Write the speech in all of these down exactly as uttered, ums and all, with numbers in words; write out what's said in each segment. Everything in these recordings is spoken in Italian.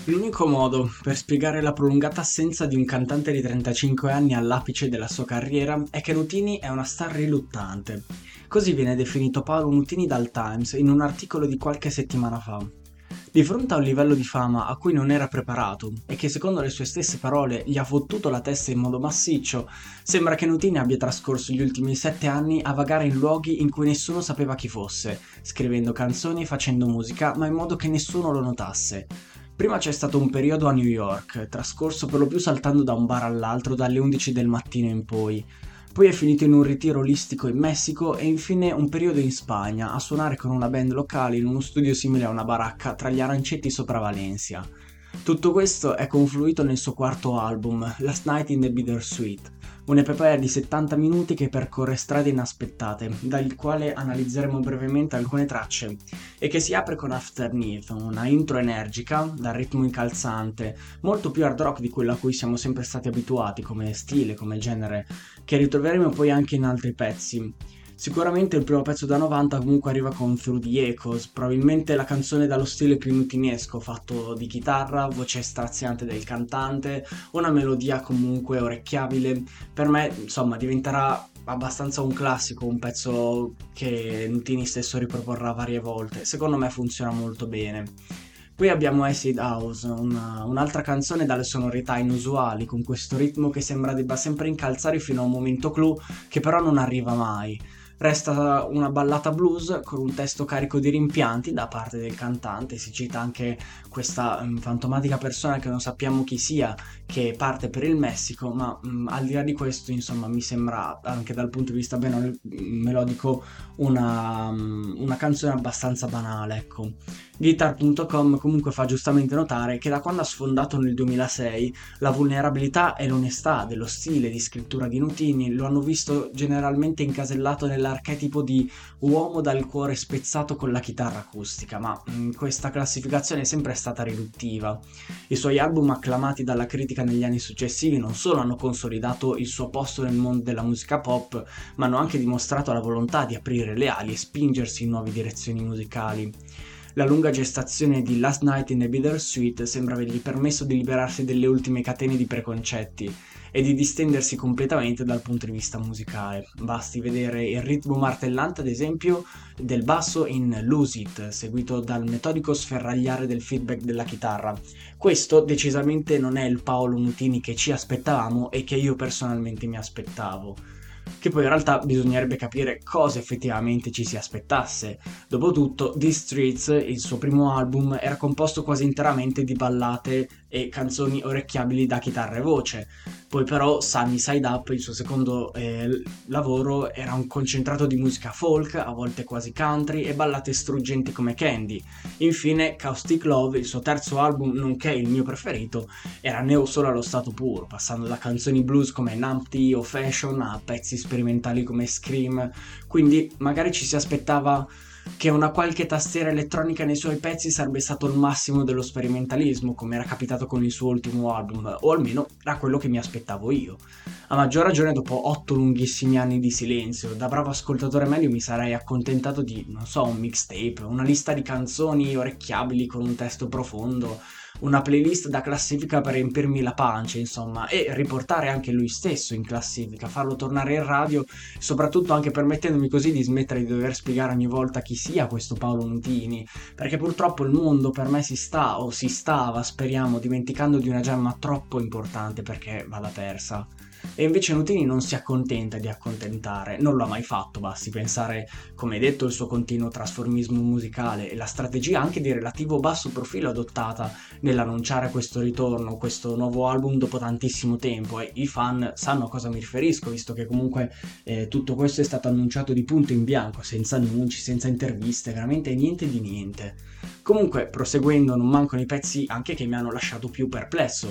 L'unico modo per spiegare la prolungata assenza di un cantante di trentacinque anni all'apice della sua carriera è che Nutini è una star riluttante. Così viene definito Paolo Nutini dal Times in un articolo di qualche settimana fa. Di fronte a un livello di fama a cui non era preparato e che secondo le sue stesse parole gli ha fottuto la testa in modo massiccio, sembra che Nutini abbia trascorso gli ultimi sette anni a vagare in luoghi in cui nessuno sapeva chi fosse, scrivendo canzoni e facendo musica, ma in modo che nessuno lo notasse. Prima c'è stato un periodo a New York, trascorso per lo più saltando da un bar all'altro dalle undici del mattino in poi. Poi è finito in un ritiro olistico in Messico e infine un periodo in Spagna a suonare con una band locale in uno studio simile a una baracca tra gli arancetti sopra Valencia. Tutto questo è confluito nel suo quarto album, Last Night in the Bittersweet, un'epopea di settanta minuti che percorre strade inaspettate, dal quale analizzeremo brevemente alcune tracce, e che si apre con Afterneath, una intro energica, dal ritmo incalzante, molto più hard rock di quello a cui siamo sempre stati abituati come stile, come genere, che ritroveremo poi anche in altri pezzi. Sicuramente il primo pezzo da novanta comunque arriva con Through the Echoes, probabilmente la canzone dallo stile più nutinesco, fatto di chitarra, voce straziante del cantante, una melodia comunque orecchiabile. Per me, insomma, diventerà abbastanza un classico, un pezzo che Nutini stesso riproporrà varie volte. Secondo me funziona molto bene. Poi abbiamo Acid House, una- un'altra canzone dalle sonorità inusuali, con questo ritmo che sembra debba sempre incalzare fino a un momento clou che però non arriva mai. Resta una ballata blues con un testo carico di rimpianti da parte del cantante, si cita anche questa mm, fantomatica persona che non sappiamo chi sia, che parte per il Messico, ma mm, al di là di questo, insomma, mi sembra anche dal punto di vista ben- melodico una, mm, una canzone abbastanza banale, ecco. Guitar punto com comunque fa giustamente notare che da quando ha sfondato nel duemilasei la vulnerabilità e l'onestà dello stile di scrittura di Nutini lo hanno visto generalmente incasellato nell'archetipo di uomo dal cuore spezzato con la chitarra acustica, ma mh, questa classificazione è sempre stata riduttiva. I suoi album acclamati dalla critica negli anni successivi non solo hanno consolidato il suo posto nel mondo della musica pop, ma hanno anche dimostrato la volontà di aprire le ali e spingersi in nuove direzioni musicali. La lunga gestazione di Last Night in the Bittersweet sembra avergli permesso di liberarsi delle ultime catene di preconcetti e di distendersi completamente dal punto di vista musicale. Basti vedere il ritmo martellante, ad esempio, del basso in Lose It, seguito dal metodico sferragliare del feedback della chitarra. Questo decisamente non è il Paolo Nutini che ci aspettavamo e che io personalmente mi aspettavo. Che poi in realtà bisognerebbe capire cosa effettivamente ci si aspettasse. Dopotutto, The Streets, il suo primo album, era composto quasi interamente di ballate e canzoni orecchiabili da chitarra e voce. Poi però Sunny Side Up, il suo secondo eh, lavoro, era un concentrato di musica folk, a volte quasi country, e ballate struggenti come Candy. Infine, Caustic Love, il suo terzo album, nonché il mio preferito, era neo solo allo stato puro, passando da canzoni blues come Numpty o Fashion a pezzi sperimentali come Scream, quindi magari ci si aspettava che una qualche tastiera elettronica nei suoi pezzi sarebbe stato il massimo dello sperimentalismo, come era capitato con il suo ultimo album, o almeno era quello che mi aspettavo io. A maggior ragione dopo otto lunghissimi anni di silenzio, da bravo ascoltatore medio mi sarei accontentato di, non so, un mixtape, una lista di canzoni orecchiabili con un testo profondo, una playlist da classifica per riempirmi la pancia, insomma, e riportare anche lui stesso in classifica, farlo tornare in radio, soprattutto anche permettendomi così di smettere di dover spiegare ogni volta chi sia questo Paolo Nutini, perché purtroppo il mondo per me si sta, o si stava, speriamo, dimenticando di una gemma troppo importante perché vada persa. E invece Nutini non si accontenta di accontentare, non lo ha mai fatto, basti pensare, come detto, il suo continuo trasformismo musicale e la strategia anche di relativo basso profilo adottata nell'annunciare questo ritorno, questo nuovo album dopo tantissimo tempo, e i fan sanno a cosa mi riferisco, visto che comunque eh, tutto questo è stato annunciato di punto in bianco, senza annunci, senza interviste, veramente niente di niente. Comunque, proseguendo, non mancano i pezzi anche che mi hanno lasciato più perplesso,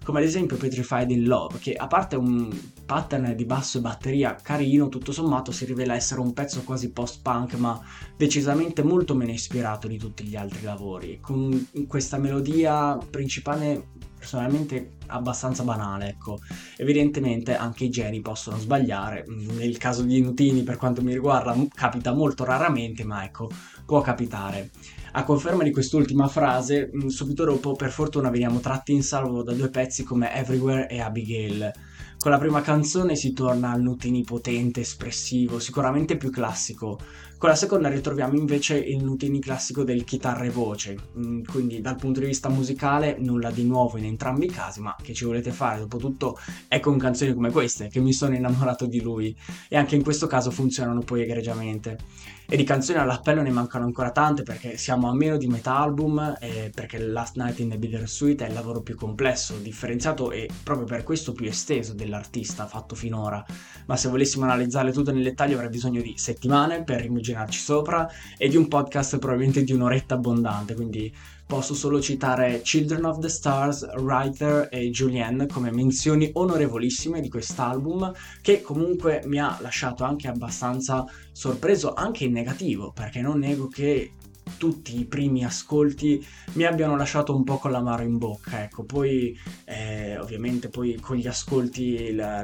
come ad esempio Petrified in Love, che a parte un pattern di basso e batteria carino, tutto sommato si rivela essere un pezzo quasi post-punk, ma decisamente molto meno ispirato di tutti gli altri lavori, con questa melodia principale personalmente abbastanza banale, ecco. Evidentemente anche i geni possono sbagliare, nel caso di Nutini per quanto mi riguarda capita molto raramente, ma ecco, può capitare. A conferma di quest'ultima frase, subito dopo per fortuna veniamo tratti in salvo da due pezzi come Everywhere e Abigail. Con la prima canzone si torna al Nutini potente, espressivo, sicuramente più classico. Con la seconda ritroviamo invece il Nutini classico del chitarra e voce, quindi dal punto di vista musicale nulla di nuovo in entrambi i casi, ma che ci volete fare? Dopotutto è con canzoni come queste che mi sono innamorato di lui, e anche in questo caso funzionano poi egregiamente. E di canzoni all'appello ne mancano ancora tante, perché siamo a meno di metà album, e perché Last Night in the Bittersweet è il lavoro più complesso, differenziato e proprio per questo più esteso dell'artista fatto finora. Ma se volessimo analizzarle tutte nel dettaglio avrei bisogno di settimane per immaginarci sopra e di un podcast probabilmente di un'oretta abbondante, quindi posso solo citare Children of the Stars, Writer e Julienne come menzioni onorevolissime di quest'album, che comunque mi ha lasciato anche abbastanza sorpreso, anche in negativo, perché non nego che tutti i primi ascolti mi abbiano lasciato un po' con l'amaro in bocca, ecco. Poi eh, ovviamente poi con gli ascolti la,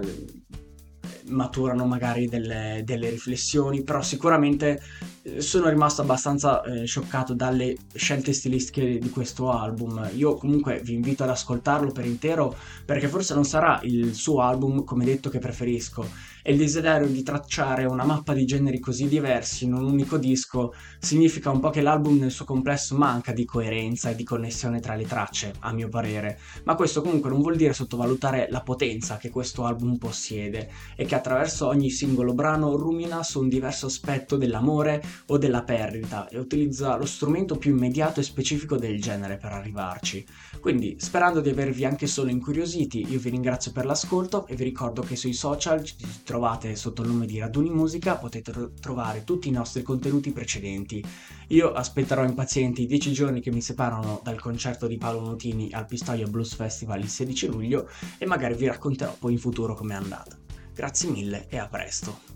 maturano magari delle, delle riflessioni, però sicuramente sono rimasto abbastanza eh, scioccato dalle scelte stilistiche di questo album. Io comunque vi invito ad ascoltarlo per intero, perché forse non sarà il suo album, come detto, che preferisco, e il desiderio di tracciare una mappa di generi così diversi in un unico disco significa un po' che l'album nel suo complesso manca di coerenza e di connessione tra le tracce, a mio parere, ma questo comunque non vuol dire sottovalutare la potenza che questo album possiede e che attraverso ogni singolo brano rumina su un diverso aspetto dell'amore o della perdita e utilizza lo strumento più immediato e specifico del genere per arrivarci. Quindi, sperando di avervi anche solo incuriositi, io vi ringrazio per l'ascolto e vi ricordo che sui social ci trovate sotto il nome di Raduni Musica, potete tro- trovare tutti i nostri contenuti precedenti. Io aspetterò impazienti i dieci giorni che mi separano dal concerto di Paolo Nutini al Pistoia Blues Festival il sedici luglio e magari vi racconterò poi in futuro com'è andata. Grazie mille e a presto.